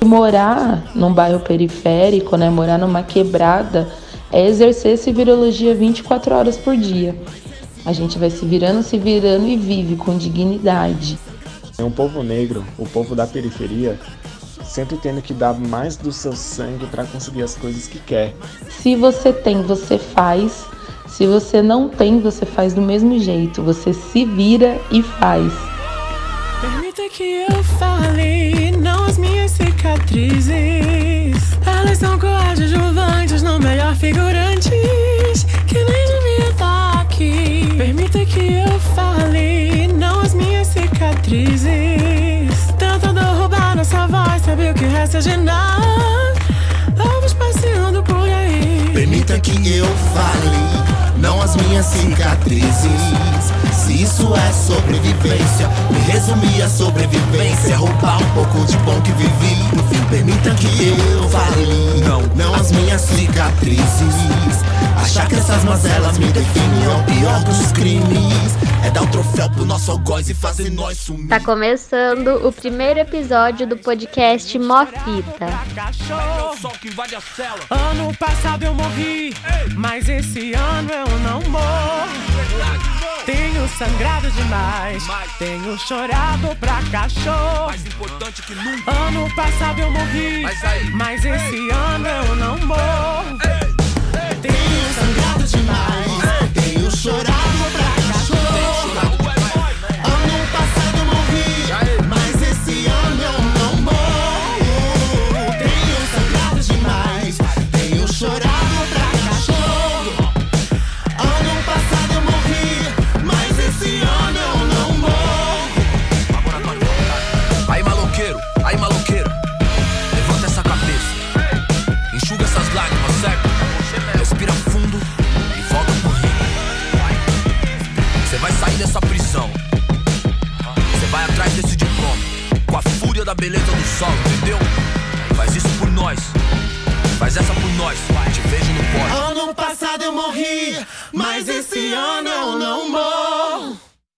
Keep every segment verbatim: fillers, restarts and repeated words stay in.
Morar num bairro periférico, né, morar numa quebrada, é exercer essa virologia vinte e quatro horas por dia. A gente vai se virando, se virando e vive com dignidade. É um povo negro, o povo da periferia, sempre tendo que dar mais do seu sangue para conseguir as coisas que quer. Se você tem, você faz. Se você não tem, você faz do mesmo jeito. Você se vira e faz. Permita que eu fale, não as minhas cicatrizes. Elas são coadjuvantes, não melhor figurantes, que nem devia estar aqui. Permita que eu fale, não as minhas cicatrizes. Tentando roubar nossa voz, sabe o que resta de nada? Vamos passeando por aí. Permita que eu fale, não as minhas cicatrizes. Se isso é sobrevivência, me resumir a sobrevivência, roubar um pouco de bom que vivi. No fim, permita que eu fale, não, não as minhas cicatrizes. Achar que essas mazelas me definem é o pior dos crimes. É dar o troféu pro nosso algoz e fazer nós sumir. Tá começando o primeiro episódio do podcast Mó Fita. Ano passado eu morri, mas esse ano eu não morro. Tenho sangrado demais, tenho chorado pra cachorro. Mais importante que nunca. Ano passado eu morri, mas esse ano eu não morro. Tenho sangrado demais, tenho chorado pra cachorro. Ano passado eu morri, mas esse ano eu não morro. Tenho sangrado demais, tenho chorado pra cachorro. Ano passado eu morri, mas esse ano eu não morro. Aí maloqueiro, aí maloqueiro, levanta essa cabeça, enxuga essas lágrimas, certo? Respira fundo e volta pro rio. Você vai sair dessa prisão, você vai atrás desse diploma, com a fúria da beleza do sol, entendeu? Faz isso por nós, faz essa por nós, te vejo no pódio. Ano passado eu morri, mas esse ano eu não morro.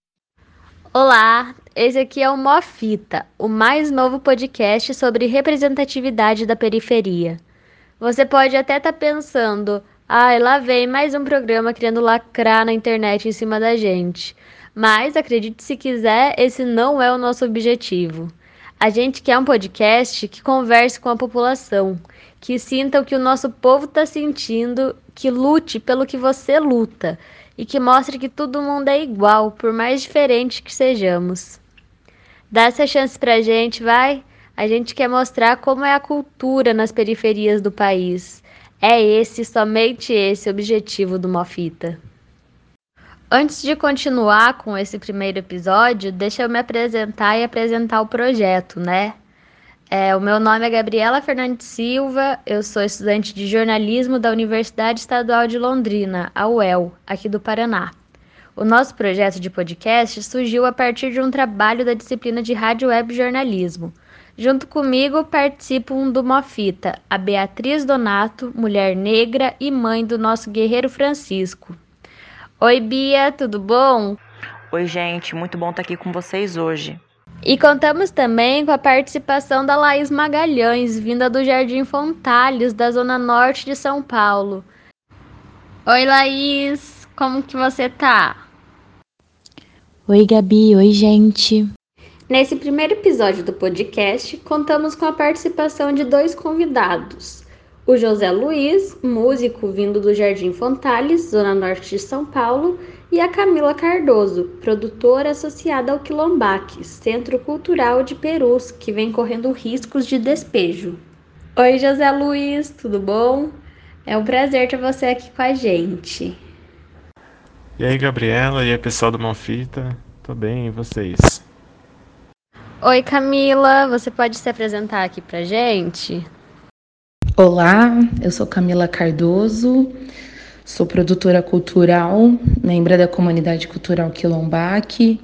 Olá, esse aqui é o Mó Fita, o mais novo podcast sobre representatividade da periferia. Você pode até estar pensando, ai, lá vem mais um programa querendo lacrar na internet em cima da gente. Mas, acredite se quiser, esse não é o nosso objetivo. A gente quer um podcast que converse com a população, que sinta o que o nosso povo está sentindo, que lute pelo que você luta e que mostre que todo mundo é igual, por mais diferente que sejamos. Dá essa chance pra gente, vai? A gente quer mostrar como é a cultura nas periferias do país. É esse, somente esse, o objetivo do Mó Fita. Antes de continuar com esse primeiro episódio, deixa eu me apresentar e apresentar o projeto, né? É, o meu nome é Gabriela Fernandes Silva, eu sou estudante de jornalismo da Universidade Estadual de Londrina, a U E L, aqui do Paraná. O nosso projeto de podcast surgiu a partir de um trabalho da disciplina de rádio web jornalismo. Junto comigo participam do Mó Fita a Beatriz Donato, mulher negra e mãe do nosso guerreiro Francisco. Oi, Bia, tudo bom? Oi, gente, muito bom estar aqui com vocês hoje. E contamos também com a participação da Laís Magalhães, vinda do Jardim Fontales, da zona norte de São Paulo. Oi, Laís, como que você tá? Oi, Gabi, oi, gente. Nesse primeiro episódio do podcast, contamos com a participação de dois convidados. O José Luiz, músico vindo do Jardim Fontales, zona norte de São Paulo, e a Camila Cardoso, produtora associada ao Quilombaque, Centro Cultural de Perus, que vem correndo riscos de despejo. Oi, José Luiz, tudo bom? É um prazer ter você aqui com a gente. E aí, Gabriela, e aí, pessoal do Mó Fita, tô bem, e vocês? Oi, Camila, você pode se apresentar aqui pra gente? Olá, eu sou Camila Cardoso, sou produtora cultural, membro da comunidade cultural Quilombaque,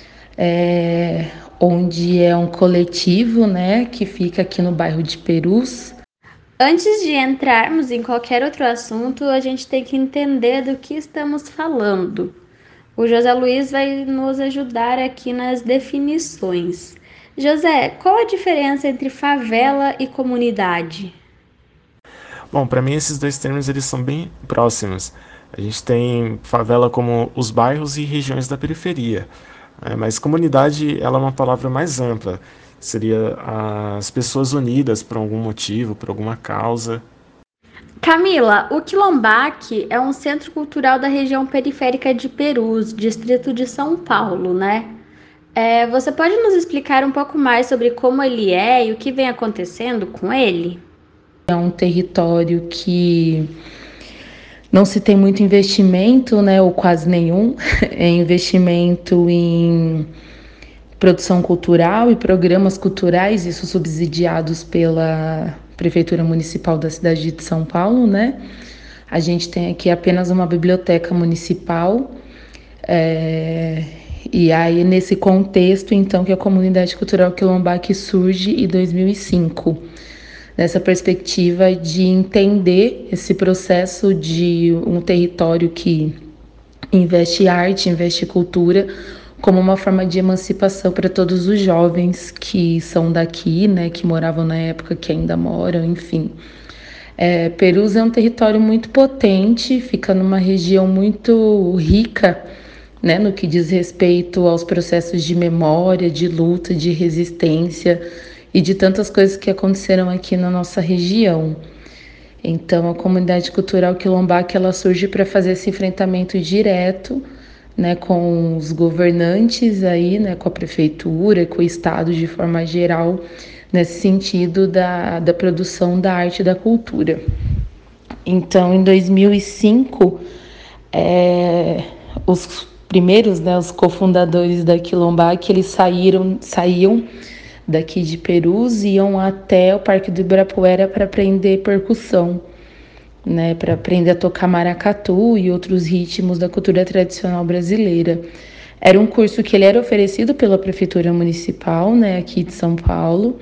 é, onde é um coletivo, né, que fica aqui no bairro de Perus. Antes de entrarmos em qualquer outro assunto, a gente tem que entender do que estamos falando. O José Luiz vai nos ajudar aqui nas definições. José, qual a diferença entre favela e comunidade? Bom, para mim esses dois termos eles são bem próximos. A gente tem favela como os bairros e regiões da periferia, né? Mas comunidade ela é uma palavra mais ampla. Seria as pessoas unidas por algum motivo, por alguma causa. Camila, o Quilombaque é um centro cultural da região periférica de Perus, distrito de São Paulo, né? É, você pode nos explicar um pouco mais sobre como ele é e o que vem acontecendo com ele? É um território que não se tem muito investimento, né, ou quase nenhum, é investimento em produção cultural e programas culturais, isso subsidiados pela Prefeitura Municipal da cidade de São Paulo, né? A gente tem aqui apenas uma biblioteca municipal, é, e aí nesse contexto, então, que a Comunidade Cultural Quilombaque surge em dois mil e cinco, nessa perspectiva de entender esse processo de um território que investe arte, investe cultura, como uma forma de emancipação para todos os jovens que são daqui, né, que moravam na época, que ainda moram, enfim. É, Perus é um território muito potente, fica numa região muito rica, né, no que diz respeito aos processos de memória, de luta, de resistência e de tantas coisas que aconteceram aqui na nossa região. Então, a Comunidade Cultural Quilombaque, ela surge para fazer esse enfrentamento direto, né, com os governantes aí, né, com a prefeitura, com o estado de forma geral, nesse sentido da, da produção da arte e da cultura. Então, em dois mil e cinco, é, os primeiros, né, os cofundadores da Quilombaque, eles saíram, saíam daqui de Perus e iam até o Parque do Ibirapuera para aprender percussão, né, para aprender a tocar maracatu e outros ritmos da cultura tradicional brasileira. Era um curso que ele era oferecido pela Prefeitura Municipal, né, aqui de São Paulo,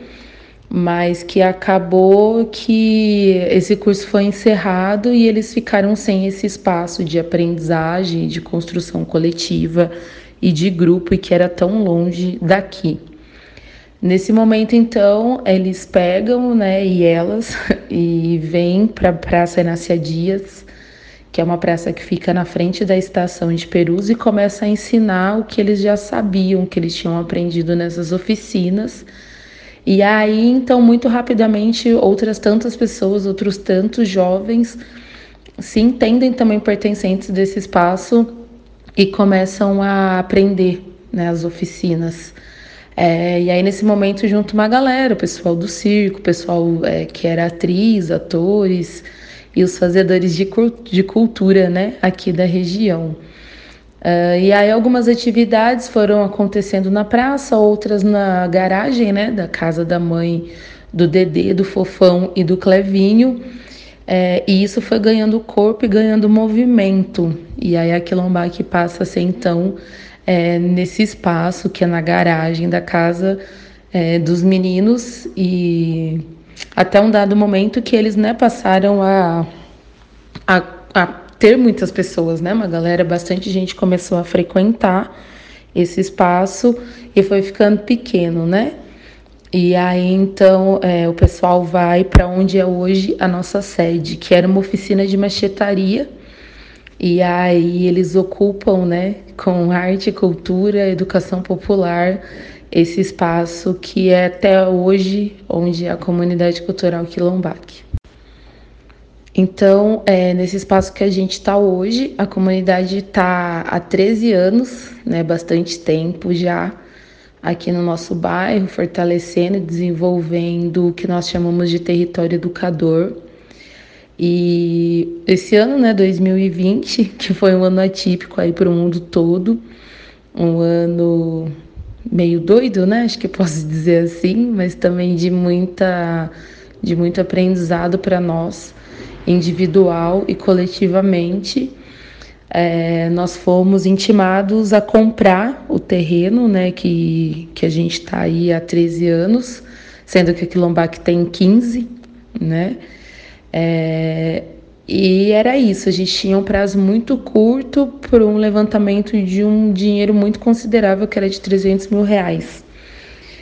mas que acabou que esse curso foi encerrado e eles ficaram sem esse espaço de aprendizagem, de construção coletiva e de grupo, e que era tão longe daqui. Nesse momento, então, eles pegam, né, e elas, e vêm para a Praça Inácia Dias, que é uma praça que fica na frente da estação de Perus, e começa a ensinar o que eles já sabiam, que eles tinham aprendido nessas oficinas. E aí, então, muito rapidamente, outras tantas pessoas, outros tantos jovens se entendem também pertencentes desse espaço e começam a aprender, né, as oficinas. É, e aí, nesse momento, junto uma galera, o pessoal do circo, o pessoal é, que era atriz, atores e os fazedores de, de cultura, né, aqui da região. Uh, e aí, algumas atividades foram acontecendo na praça, outras na garagem, né, da casa da mãe do Dedê, do Fofão e do Clevinho. É, e isso foi ganhando corpo e ganhando movimento. E aí, a Quilombaque passa a ser, então, É, nesse espaço que é na garagem da casa é, dos meninos, e até um dado momento que eles, né, passaram a, a, a ter muitas pessoas, né, uma galera, bastante gente começou a frequentar esse espaço e foi ficando pequeno, né? E aí, então, é, o pessoal vai para onde é hoje a nossa sede, que era uma oficina de machetaria. E aí eles ocupam, né, com arte, cultura, educação popular, esse espaço que é até hoje onde é a Comunidade Cultural Quilombaque. Então, é nesse espaço que a gente está hoje, a comunidade está há treze anos, né, bastante tempo já, aqui no nosso bairro, fortalecendo e desenvolvendo o que nós chamamos de território educador. E esse ano, né, dois mil e vinte, que foi um ano atípico aí para o mundo todo, um ano meio doido, né, acho que posso dizer assim, mas também de, muita, de muito aprendizado para nós, individual e coletivamente. É, nós fomos intimados a comprar o terreno, né, que, que a gente está aí há treze anos, sendo que a Quilombaque tem quinze, né. É, e era isso, a gente tinha um prazo muito curto para um levantamento de um dinheiro muito considerável, que era de trezentos mil reais.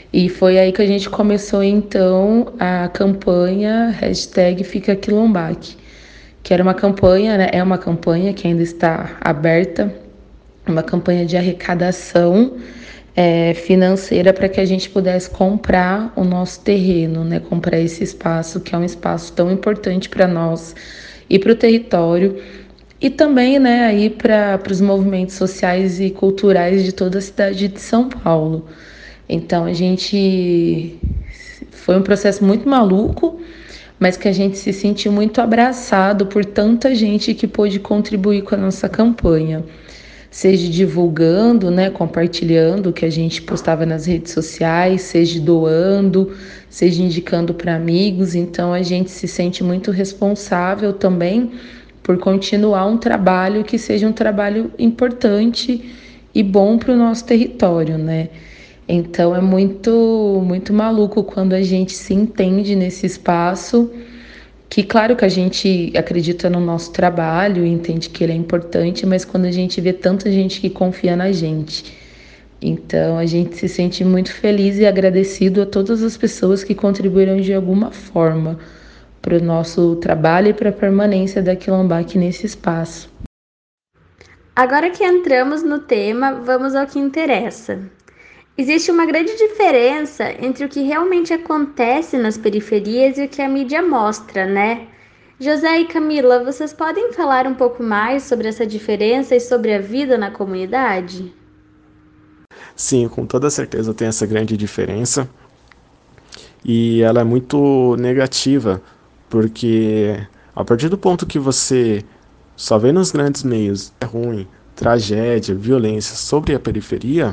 E foi aí que a gente começou, então, a campanha hashtag Fica Quilombac, que era uma campanha, né, é uma campanha que ainda está aberta, uma campanha de arrecadação é, financeira para que a gente pudesse comprar o nosso terreno, né, comprar esse espaço, que é um espaço tão importante para nós e para o território, e também, né, aí para os movimentos sociais e culturais de toda a cidade de São Paulo. Então a gente foi um processo muito maluco, mas que a gente se sentiu muito abraçado por tanta gente que pôde contribuir com a nossa campanha, seja divulgando, né, compartilhando o que a gente postava nas redes sociais, seja doando, seja indicando para amigos. Então a gente se sente muito responsável também por continuar um trabalho que seja um trabalho importante e bom para o nosso território, né? Então é muito, muito maluco quando a gente se entende nesse espaço, que claro que a gente acredita no nosso trabalho e entende que ele é importante, mas quando a gente vê tanta gente que confia na gente. Então a gente se sente muito feliz e agradecido a todas as pessoas que contribuíram de alguma forma para o nosso trabalho e para a permanência da Quilombac nesse espaço. Agora que entramos no tema, vamos ao que interessa. Existe uma grande diferença entre o que realmente acontece nas periferias e o que a mídia mostra, né? José e Camila, vocês podem falar um pouco mais sobre essa diferença e sobre a vida na comunidade? Sim, com toda certeza tem essa grande diferença. E ela é muito negativa, porque a partir do ponto que você só vê nos grandes meios é ruim, tragédia, violência sobre a periferia,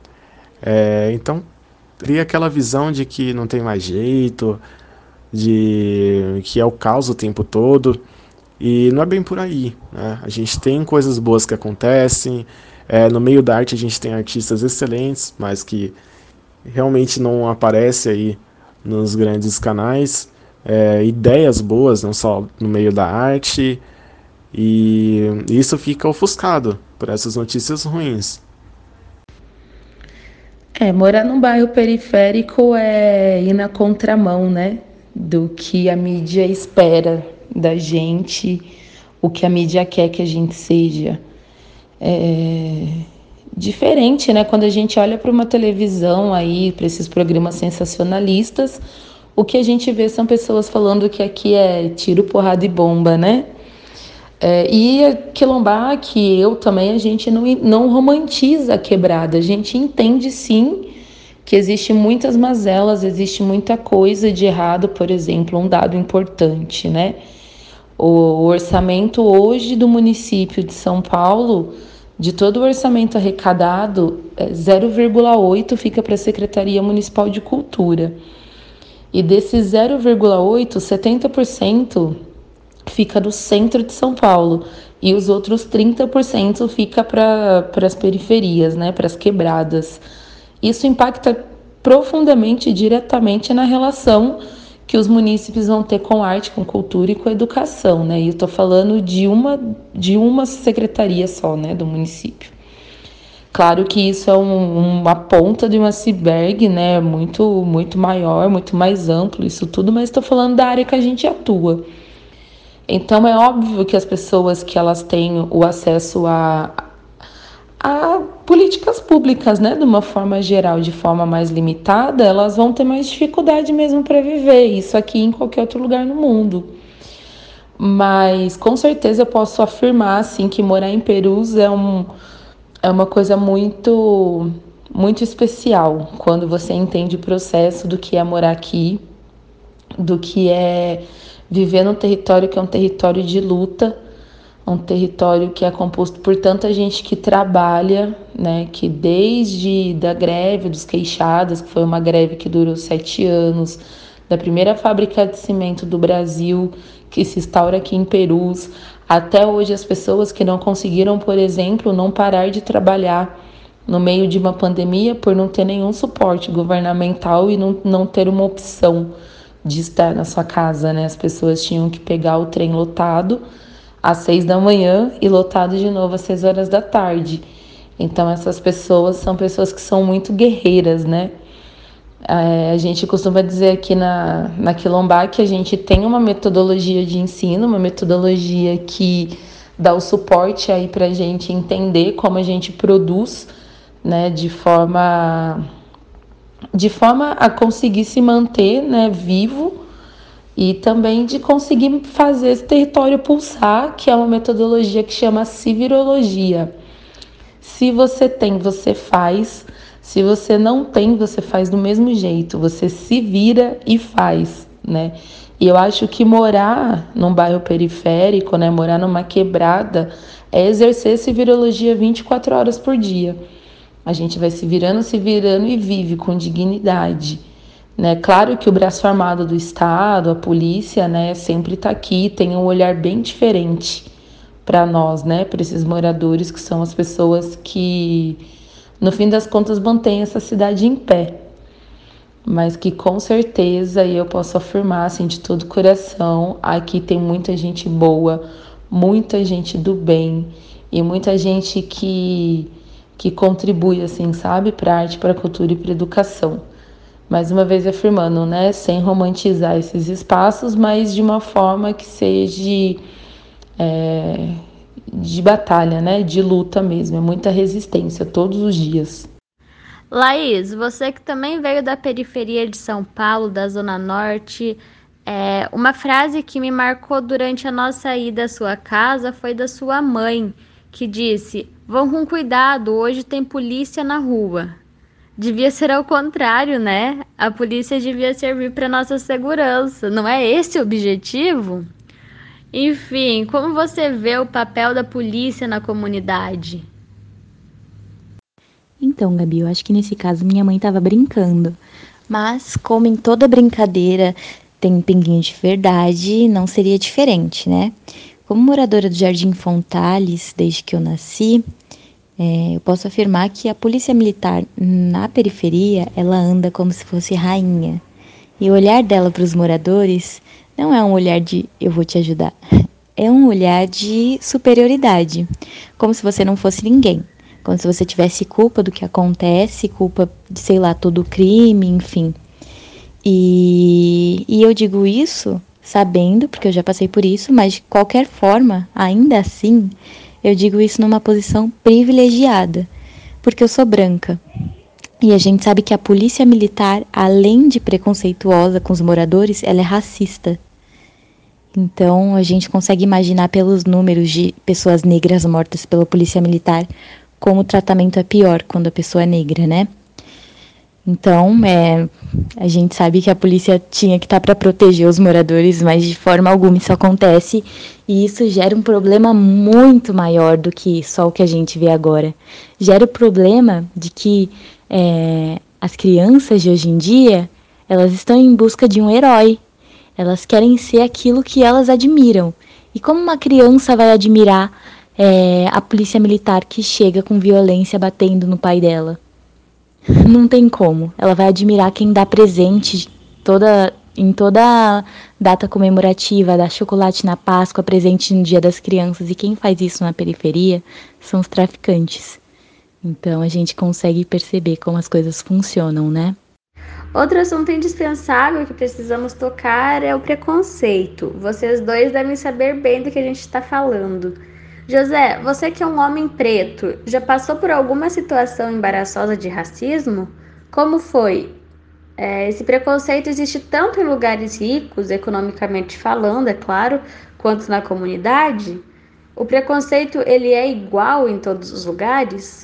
É, então, cria aquela visão de que não tem mais jeito, de que é o caos o tempo todo, e não é bem por aí, né? A gente tem coisas boas que acontecem, é, no meio da arte a gente tem artistas excelentes, mas que realmente não aparecem aí nos grandes canais, é, ideias boas, não só no meio da arte, e isso fica ofuscado por essas notícias ruins. É, morar num bairro periférico é ir na contramão, né, do que a mídia espera da gente, o que a mídia quer que a gente seja. É diferente, né, quando a gente olha para uma televisão aí, para esses programas sensacionalistas, o que a gente vê são pessoas falando que aqui é tiro, porrada e bomba, né? É, e a Quilombac, eu também, a gente não, não romantiza a quebrada, a gente entende sim que existe muitas mazelas, existe muita coisa de errado. Por exemplo, um dado importante, né? O orçamento hoje do município de São Paulo, de todo o orçamento arrecadado, zero vírgula oito fica para a Secretaria Municipal de Cultura. E desses zero vírgula oito, setenta por cento fica no centro de São Paulo e os outros trinta por cento fica para as periferias, né, para as quebradas. Isso impacta profundamente e diretamente na relação que os munícipes vão ter com arte, com cultura e com educação, né? E eu estou falando de uma, de uma secretaria só, né, do município. Claro que isso é um, uma ponta de um iceberg, né, muito, muito maior, muito mais amplo, isso tudo, mas estou falando da área que a gente atua. Então é óbvio que as pessoas que elas têm o acesso a, a políticas públicas, né, de uma forma geral, de forma mais limitada, elas vão ter mais dificuldade mesmo para viver, isso aqui em qualquer outro lugar no mundo. Mas com certeza eu posso afirmar assim, que morar em Perus é, um, é uma coisa muito, muito especial, quando você entende o processo do que é morar aqui, do que é viver num território que é um território de luta, um território que é composto por tanta gente que trabalha, né, que desde da greve dos queixadas, que foi uma greve que durou sete anos, da primeira fábrica de cimento do Brasil, que se instaura aqui em Perus, até hoje as pessoas que não conseguiram, por exemplo, não parar de trabalhar no meio de uma pandemia por não ter nenhum suporte governamental e não, não ter uma opção de estar na sua casa, né? As pessoas tinham que pegar o trem lotado às seis da manhã e lotado de novo às seis horas da tarde. Então essas pessoas são pessoas que são muito guerreiras, né? É, a gente costuma dizer aqui na, na Quilombá que a gente tem uma metodologia de ensino, uma metodologia que dá o suporte aí para a gente entender como a gente produz, né, de forma, de forma a conseguir se manter, né, vivo, e também de conseguir fazer esse território pulsar, que é uma metodologia que chama civirologia. Se você tem, você faz. Se você não tem, você faz do mesmo jeito. Você se vira e faz, né? E eu acho que morar num bairro periférico, né, morar numa quebrada, é exercer civirologia vinte e quatro horas por dia. A gente vai se virando, se virando e vive com dignidade, né? Claro que o braço armado do Estado, a polícia, né, sempre está aqui, tem um olhar bem diferente para nós, né, para esses moradores que são as pessoas que, no fim das contas, mantêm essa cidade em pé. Mas que com certeza, e eu posso afirmar assim, de todo o coração, aqui tem muita gente boa, muita gente do bem e muita gente que, que contribui, assim, sabe, para a arte, para a cultura e para a educação. Mais uma vez afirmando, né, sem romantizar esses espaços, mas de uma forma que seja é, de batalha, né, de luta mesmo, é muita resistência todos os dias. Laís, você que também veio da periferia de São Paulo, da Zona Norte, é, uma frase que me marcou durante a nossa ida à sua casa foi da sua mãe, que disse: "Vão com cuidado, hoje tem polícia na rua." Devia ser ao contrário, né? A polícia devia servir para nossa segurança. Não é esse o objetivo? Enfim, como você vê o papel da polícia na comunidade? Então, Gabi, eu acho que nesse caso minha mãe estava brincando. Mas, como em toda brincadeira tem um pinguinho de verdade, não seria diferente, né? Como moradora do Jardim Fontales, desde que eu nasci, É, eu posso afirmar que a polícia militar na periferia, ela anda como se fosse rainha. E o olhar dela para os moradores não é um olhar de eu vou te ajudar. É um olhar de superioridade, como se você não fosse ninguém. Como se você tivesse culpa do que acontece, culpa de, sei lá, todo o crime, enfim. E, e eu digo isso sabendo, porque eu já passei por isso, mas de qualquer forma, ainda assim, eu digo isso numa posição privilegiada, porque eu sou branca. E a gente sabe que a polícia militar, além de preconceituosa com os moradores, ela é racista. Então, a gente consegue imaginar pelos números de pessoas negras mortas pela polícia militar como o tratamento é pior quando a pessoa é negra, né? Então, é, a gente sabe que a polícia tinha que estar para proteger os moradores, mas de forma alguma isso acontece e isso gera um problema muito maior do que só o que a gente vê agora. Gera o problema de que é, as crianças de hoje em dia, elas estão em busca de um herói. Elas querem ser aquilo que elas admiram. E como uma criança vai admirar é, a polícia militar que chega com violência batendo no pai dela? Não tem como. Ela vai admirar quem dá presente toda, em toda data comemorativa, dá chocolate na Páscoa, presente no Dia das Crianças. E quem faz isso na periferia são os traficantes. Então a gente consegue perceber como as coisas funcionam, né? Outro assunto indispensável que precisamos tocar é o preconceito. Vocês dois devem saber bem do que a gente está falando. José, você que é um homem preto, já passou por alguma situação embaraçosa de racismo? Como foi? É, esse preconceito existe tanto em lugares ricos, economicamente falando, é claro, quanto na comunidade? O preconceito, ele é igual em todos os lugares?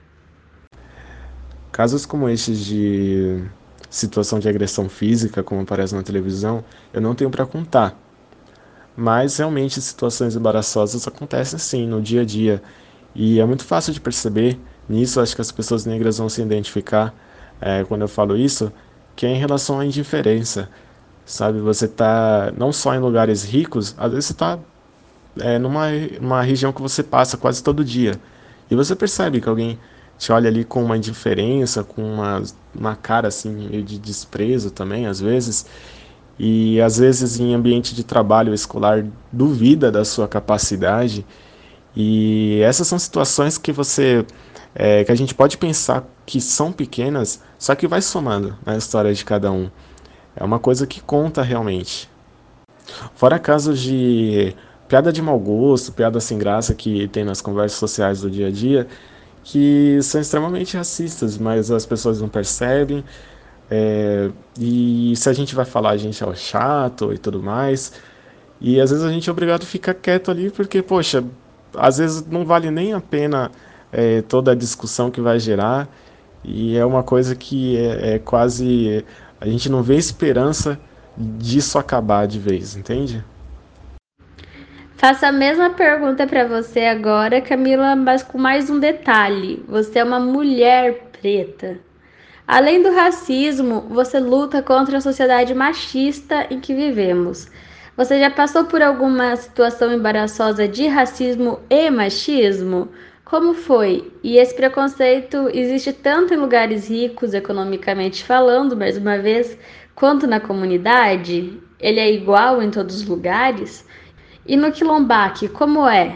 Casos como estes de situação de agressão física, como aparece na televisão, eu não tenho para contar. Mas realmente situações embaraçosas acontecem sim no dia a dia. E é muito fácil de perceber nisso, acho que as pessoas negras vão se identificar é, quando eu falo isso, que é em relação à indiferença. Sabe, você tá não só em lugares ricos, às vezes você tá é, numa, numa região que você passa quase todo dia. E você percebe que alguém te olha ali com uma indiferença, com uma, uma cara assim meio de desprezo também, às vezes. E às vezes em ambiente de trabalho escolar duvida da sua capacidade E essas são situações que você é, que a gente pode pensar que são pequenas, só que vai somando na história de cada um. É uma coisa que conta realmente. Fora casos de piada de mau gosto, piada sem graça que tem nas conversas sociais do dia a dia, que são extremamente racistas, mas as pessoas não percebem. É, e se a gente vai falar, a gente é o chato e tudo mais. E às vezes a gente é obrigado a ficar quieto ali, porque, poxa, às vezes não vale nem a pena é, toda a discussão que vai gerar. E é uma coisa que é, é quase. A gente não vê esperança disso acabar de vez, entende? Faço a mesma pergunta para você agora, Camila, mas com mais um detalhe. Você é uma mulher preta. Além do racismo, você luta contra a sociedade machista em que vivemos. Você já passou por alguma situação embaraçosa de racismo e machismo? Como foi? E esse preconceito existe tanto em lugares ricos, economicamente falando, mais uma vez, quanto na comunidade? Ele é igual em todos os lugares? E no Quilombaque, como é?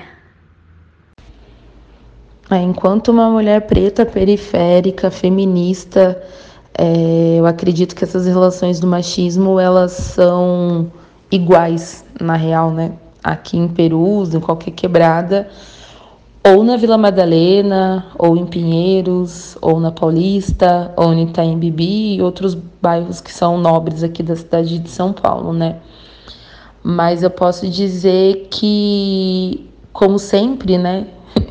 É, enquanto uma mulher preta, periférica, feminista, é, eu acredito que essas relações do machismo, elas são iguais, na real, né? Aqui em Perus, em qualquer quebrada, ou na Vila Madalena, ou em Pinheiros, ou na Paulista, ou em Itaim Bibi e outros bairros que são nobres aqui da cidade de São Paulo, né? Mas eu posso dizer que, como sempre, né?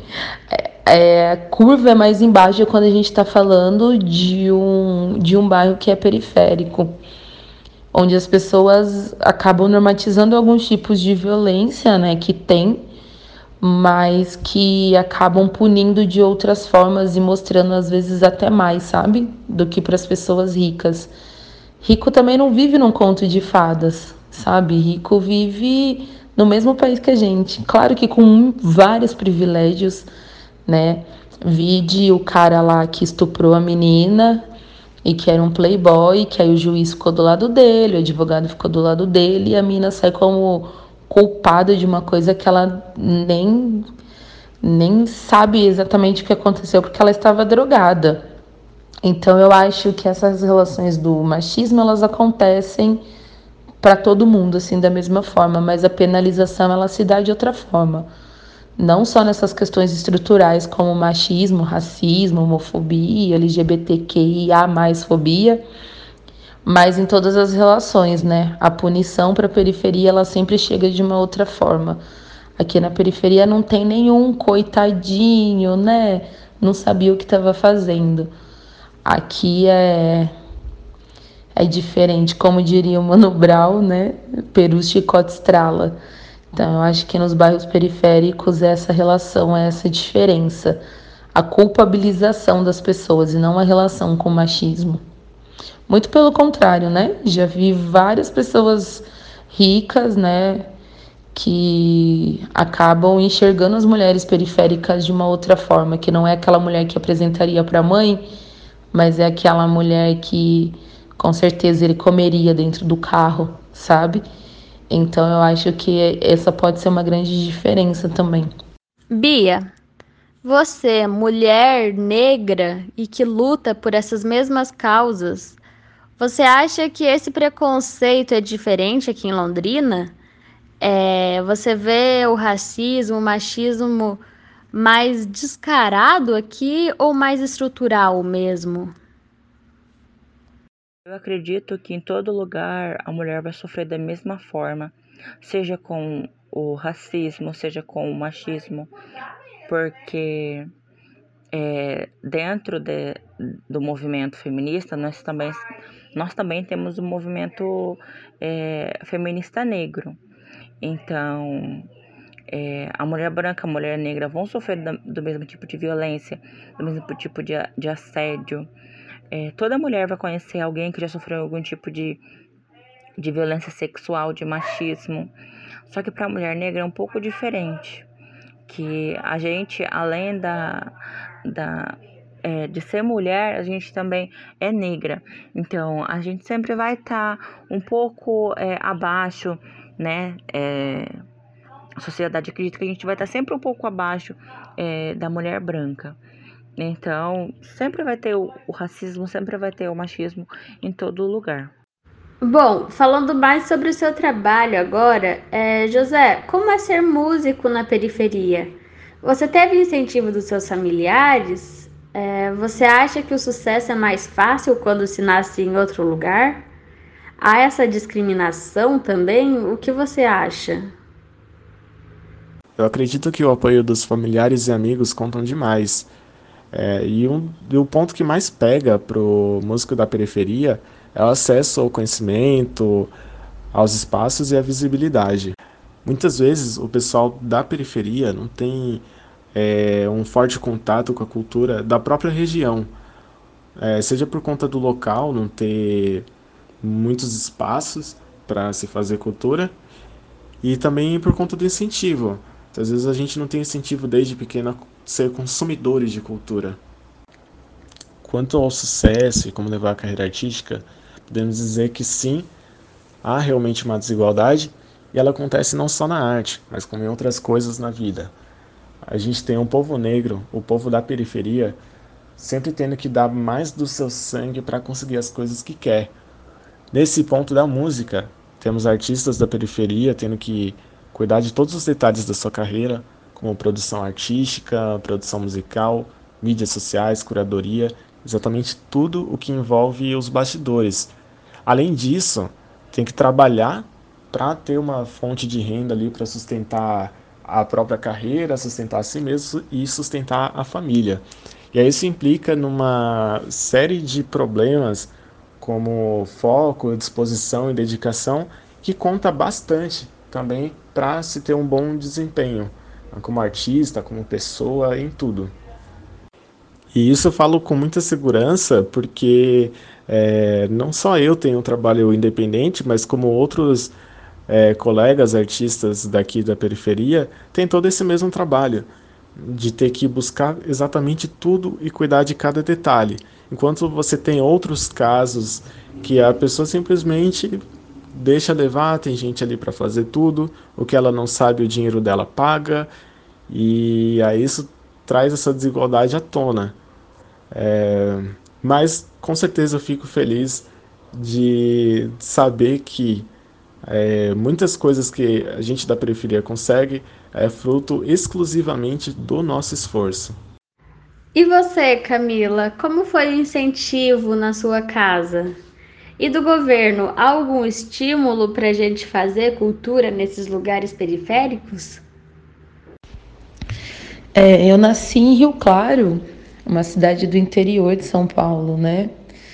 É, a curva é mais embaixo quando a gente está falando de um, de um bairro que é periférico, onde as pessoas acabam normatizando alguns tipos de violência, né, que tem, mas que acabam punindo de outras formas e mostrando às vezes até mais, sabe, do que para as pessoas ricas. Rico também não vive num conto de fadas, sabe? Rico vive no mesmo país que a gente, claro que com vários privilégios, né? Vide o cara lá que estuprou a menina e que era um playboy, que aí o juiz ficou do lado dele, o advogado ficou do lado dele e a mina sai como culpada de uma coisa que ela nem, nem sabe exatamente o que aconteceu porque ela estava drogada. Então eu acho que essas relações do machismo, elas acontecem para todo mundo, assim, da mesma forma, mas a penalização, ela se dá de outra forma. Não só nessas questões estruturais como machismo, racismo, homofobia, L G B T Q I A mais fobia, mas em todas as relações, né? A punição para a periferia, ela sempre chega de uma outra forma. Aqui na periferia não tem nenhum coitadinho, né? Não sabia o que estava fazendo. Aqui é é diferente, como diria o Mano Brown, né? Peru, chicote, estrala. Então, eu acho que nos bairros periféricos essa relação, essa diferença, a culpabilização das pessoas e não a relação com o machismo. Muito pelo contrário, né? Já vi várias pessoas ricas, né, que acabam enxergando as mulheres periféricas de uma outra forma, que não é aquela mulher que apresentaria para a mãe, mas é aquela mulher que com certeza ele comeria dentro do carro, sabe? Então eu acho que essa pode ser uma grande diferença também. Bia, você, mulher negra e que luta por essas mesmas causas, você acha que esse preconceito é diferente aqui em Londrina? É, você vê o racismo, o machismo mais descarado aqui ou mais estrutural mesmo? Eu acredito que em todo lugar a mulher vai sofrer da mesma forma, seja com o racismo, seja com o machismo, porque é, dentro de, do movimento feminista nós também, nós também temos o movimento é, feminista negro. Então, é, a mulher branca, a mulher negra vão sofrer do, do mesmo tipo de violência, do mesmo tipo de, de assédio. É, toda mulher vai conhecer alguém que já sofreu algum tipo de, de violência sexual, de machismo. Só que para a mulher negra é um pouco diferente. Que a gente, além da, da, é, de ser mulher, a gente também é negra. Então, a gente sempre vai estar tá um pouco é, abaixo, né? É, a sociedade acredita que a gente vai estar sempre um pouco abaixo é, da mulher branca. Então, sempre vai ter o, o racismo, sempre vai ter o machismo em todo lugar. Bom, falando mais sobre o seu trabalho agora, é, José, como é ser músico na periferia? Você teve incentivo dos seus familiares? É, você acha que o sucesso é mais fácil quando se nasce em outro lugar? Há essa discriminação também? O que você acha? Eu acredito que o apoio dos familiares e amigos contam demais. É, e, um, e o ponto que mais pega pro músico da periferia é o acesso ao conhecimento, aos espaços e à visibilidade. Muitas vezes o pessoal da periferia não tem é, um forte contato com a cultura da própria região, é, seja por conta do local não ter muitos espaços para se fazer cultura, e também por conta do incentivo. Às vezes a gente não tem incentivo desde pequeno a ser consumidores de cultura. Quanto ao sucesso e como levar a carreira artística, podemos dizer que sim, há realmente uma desigualdade, e ela acontece não só na arte, mas como em outras coisas na vida. A gente tem um povo negro, o povo da periferia, sempre tendo que dar mais do seu sangue para conseguir as coisas que quer. Nesse ponto da música, temos artistas da periferia tendo que cuidar de todos os detalhes da sua carreira, como produção artística, produção musical, mídias sociais, curadoria, exatamente tudo o que envolve os bastidores. Além disso, tem que trabalhar para ter uma fonte de renda ali para sustentar a própria carreira, sustentar a si mesmo e sustentar a família. E aí isso implica numa série de problemas como foco, disposição e dedicação, que conta bastante também para se ter um bom desempenho, como artista, como pessoa, em tudo. E isso eu falo com muita segurança porque é, não só eu tenho um trabalho independente, mas como outros é, colegas artistas daqui da periferia têm todo esse mesmo trabalho, de ter que buscar exatamente tudo e cuidar de cada detalhe. Enquanto você tem outros casos que a pessoa simplesmente deixa levar, tem gente ali para fazer tudo, o que ela não sabe o dinheiro dela paga, e aí isso traz essa desigualdade à tona. É, mas com certeza eu fico feliz de saber que é, muitas coisas que a gente da periferia consegue é fruto exclusivamente do nosso esforço. E você, Camila, como foi o incentivo na sua casa? E do governo, há algum estímulo para a gente fazer cultura nesses lugares periféricos? É, eu nasci em Rio Claro, uma cidade do interior de São Paulo, né?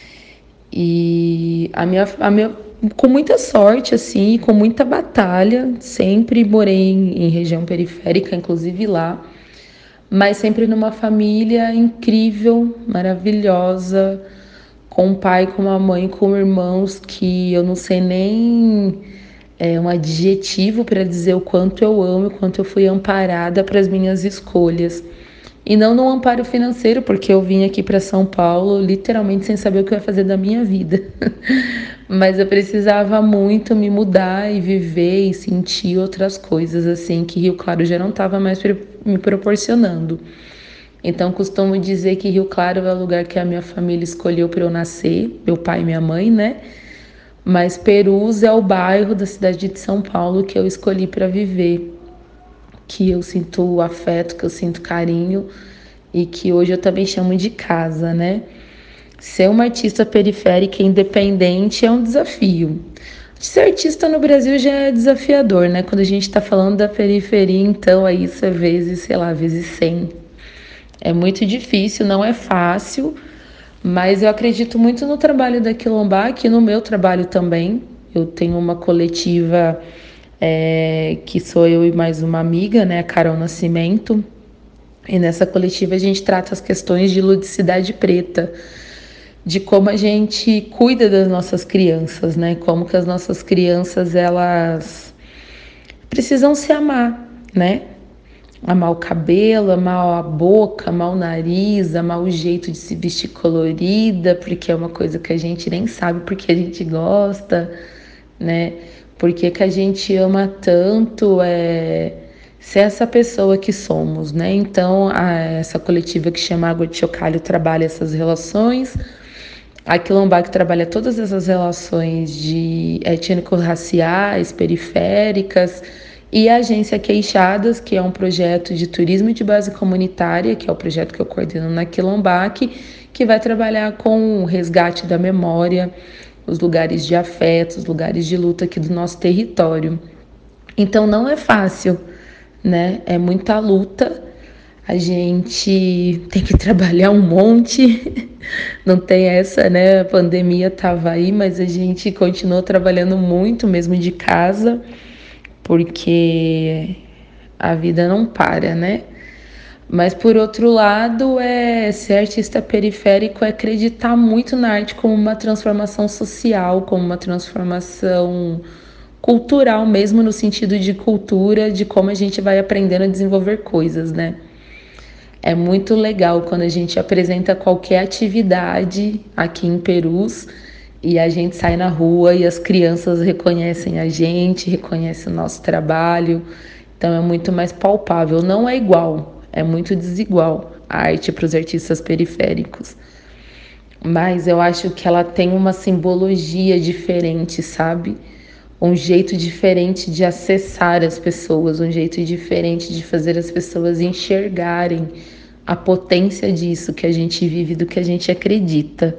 E a minha, a minha, com muita sorte, assim, com muita batalha, sempre morei em, em região periférica, inclusive lá, mas sempre numa família incrível, maravilhosa, com um pai, com uma mãe, com irmãos que eu não sei nem é, um adjetivo para dizer o quanto eu amo, o quanto eu fui amparada para as minhas escolhas. E não no amparo financeiro, porque eu vim aqui para São Paulo literalmente sem saber o que eu ia fazer da minha vida. Mas eu precisava muito me mudar e viver e sentir outras coisas, assim, que Rio Claro já não estava mais me proporcionando. Então, costumo dizer que Rio Claro é o lugar que a minha família escolheu para eu nascer, meu pai e minha mãe, né? Mas Perus é o bairro da cidade de São Paulo que eu escolhi para viver, que eu sinto afeto, que eu sinto carinho e que hoje eu também chamo de casa, né? Ser uma artista periférica independente é um desafio. Ser artista no Brasil já é desafiador, né? Quando a gente está falando da periferia, então aí isso é vezes, sei lá, vezes cem. É muito difícil, não é fácil, mas eu acredito muito no trabalho da Quilombac e no meu trabalho também. Eu tenho uma coletiva é, que sou eu e mais uma amiga, né, a Carol Nascimento. E nessa coletiva a gente trata as questões de ludicidade preta, de como a gente cuida das nossas crianças, né? Como que as nossas crianças, elas precisam se amar, né? Amar o cabelo, amar a boca, amar o nariz, amar o jeito de se vestir colorida, porque é uma coisa que a gente nem sabe porque a gente gosta, né? Porque que a gente ama tanto é, ser essa pessoa que somos, né? Então, a, essa coletiva que chama Água de Chocalho trabalha essas relações, a Quilombac trabalha todas essas relações de étnico-raciais, periféricas, e a Agência Queixadas, que é um projeto de turismo de base comunitária, que é o projeto que eu coordeno na Quilombac, que vai trabalhar com o resgate da memória, os lugares de afeto, os lugares de luta aqui do nosso território. Então não é fácil, né? É muita luta. A gente tem que trabalhar um monte, não tem essa, né? A pandemia estava aí, mas a gente continuou trabalhando muito mesmo de casa, porque a vida não para, né? Mas, por outro lado, é ser artista periférico é acreditar muito na arte como uma transformação social, como uma transformação cultural mesmo, no sentido de cultura, de como a gente vai aprendendo a desenvolver coisas, né? É muito legal quando a gente apresenta qualquer atividade aqui em Perus e a gente sai na rua e as crianças reconhecem a gente, reconhecem o nosso trabalho. Então é muito mais palpável. Não é igual, é muito desigual a arte para os artistas periféricos. Mas eu acho que ela tem uma simbologia diferente, sabe? Um jeito diferente de acessar as pessoas, um jeito diferente de fazer as pessoas enxergarem a potência disso que a gente vive, do que a gente acredita.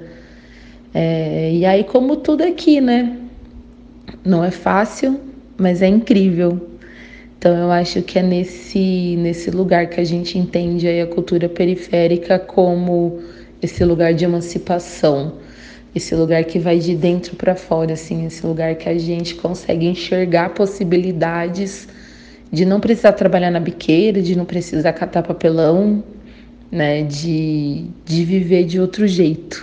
É, e aí, como tudo aqui, né? Não é fácil, mas é incrível. Então, eu acho que é nesse, nesse lugar que a gente entende aí a cultura periférica como esse lugar de emancipação. Esse lugar que vai de dentro para fora, assim, esse lugar que a gente consegue enxergar possibilidades de não precisar trabalhar na biqueira, de não precisar catar papelão, né, de, de viver de outro jeito.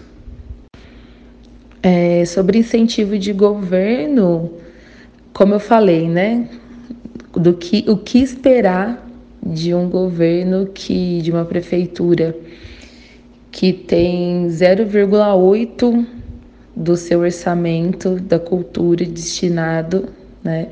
É, sobre incentivo de governo, como eu falei, né, do que, o que esperar de um governo, que, de uma prefeitura que tem zero vírgula oito do seu orçamento da cultura destinado, né?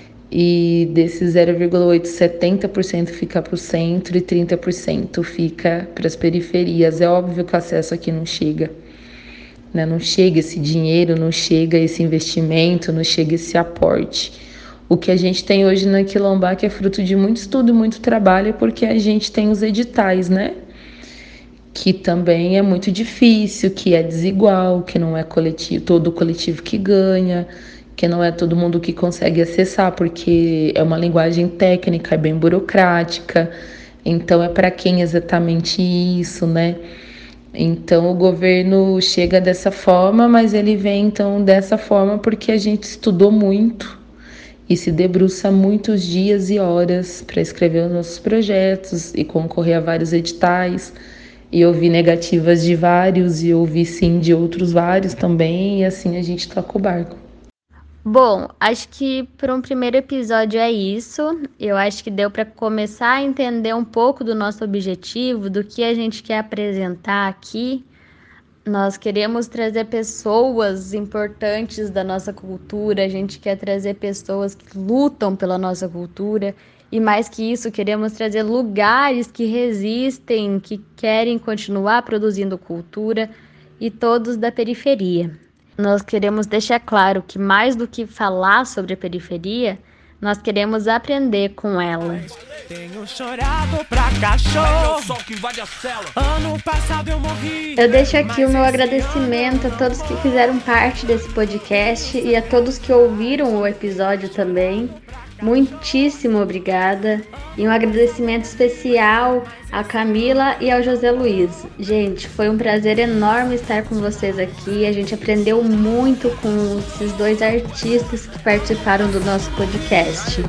E desses zero vírgula oito, setenta por cento fica para o centro e trinta por cento fica para as periferias. É óbvio que o acesso aqui não chega, né? Não chega esse dinheiro, não chega esse investimento, não chega esse aporte. O que a gente tem hoje na Quilombac é fruto de muito estudo e muito trabalho, porque a gente tem os editais, né? Que também é muito difícil, que é desigual, que não é coletivo, todo coletivo que ganha, que não é todo mundo que consegue acessar, porque é uma linguagem técnica, é bem burocrática, então é para quem exatamente isso, né? Então o governo chega dessa forma, mas ele vem então dessa forma porque a gente estudou muito e se debruça muitos dias e horas para escrever os nossos projetos e concorrer a vários editais. E ouvi negativas de vários e ouvi sim de outros vários também, e assim a gente toca o barco. Bom, acho que para um primeiro episódio é isso. Eu acho que deu para começar a entender um pouco do nosso objetivo, do que a gente quer apresentar aqui. Nós queremos trazer pessoas importantes da nossa cultura, a gente quer trazer pessoas que lutam pela nossa cultura. E mais que isso, queremos trazer lugares que resistem, que querem continuar produzindo cultura, e todos da periferia. Nós queremos deixar claro que, mais do que falar sobre a periferia, nós queremos aprender com ela. Tenho chorado pra cachorro. Ano passado eu morri. Eu deixo aqui o meu agradecimento a todos que fizeram parte desse podcast e a todos que ouviram o episódio também. Muitíssimo obrigada. E um agradecimento especial a Camila e ao José Luiz. Gente, foi um prazer enorme estar com vocês aqui. A gente aprendeu muito com esses dois artistas que participaram do nosso podcast.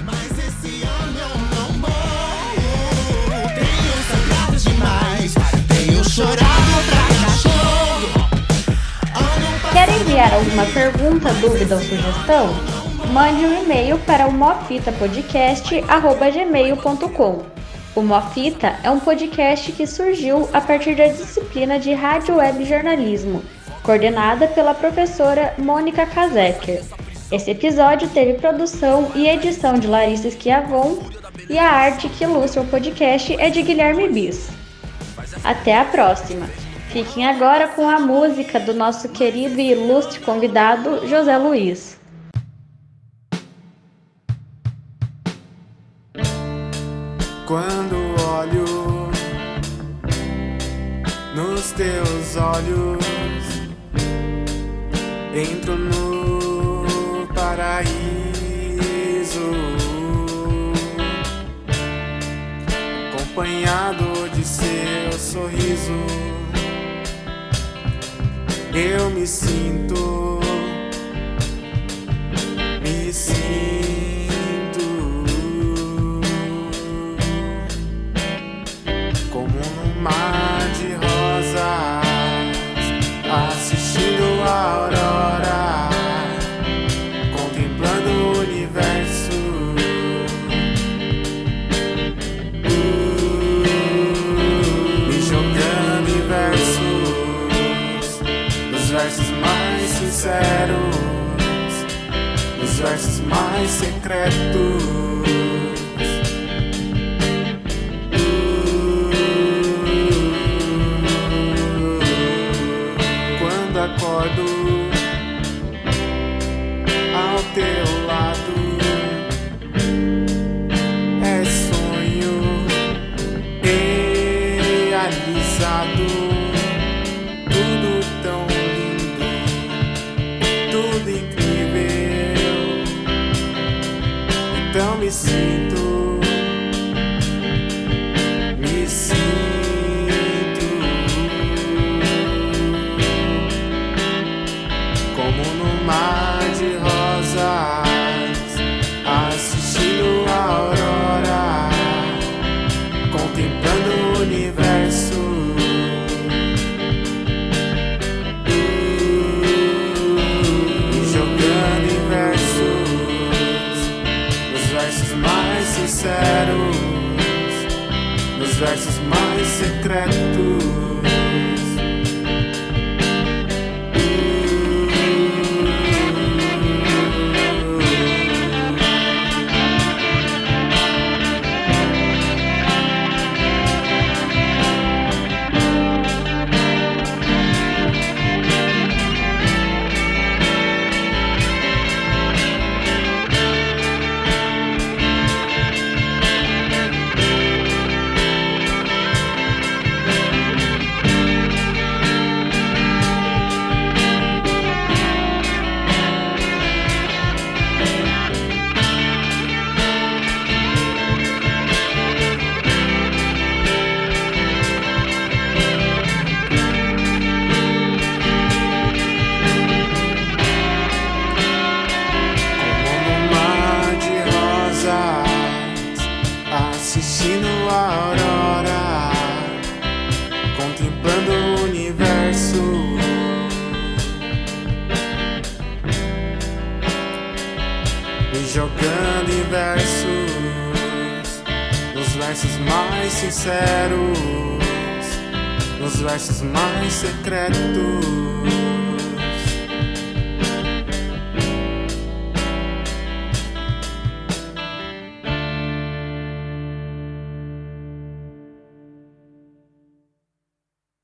Quer enviar alguma pergunta, dúvida ou sugestão? Mande um e-mail para o mofita podcast arroba gmail ponto com. O Mofita é um podcast que surgiu a partir da disciplina de Rádio Web Jornalismo, coordenada pela professora Mônica Kazeker. Esse episódio teve produção e edição de Larissa Schiavon e a arte que ilustra o podcast é de Guilherme Bis. Até a próxima! Fiquem agora com a música do nosso querido e ilustre convidado José Luiz. Quando olho nos teus olhos, entro no paraíso, acompanhado de seu sorriso. Eu me sinto, me sinto como num mar de rosas, assistindo a aurora, contemplando o universo, uh, me jogando em versos, nos versos mais sinceros, nos versos mais secretos. Acordo ao teu lado, é sonho realizado, tudo tão lindo, tudo incrível. Então me sinto, me sinto como no mar de rosas, assistindo a aurora, contemplando o universo, uh, jogando em versos, nos versos mais sinceros, nos versos mais secretos. Assistindo a aurora, contemplando o universo, me jogando em versos, nos versos mais sinceros, nos versos mais secretos.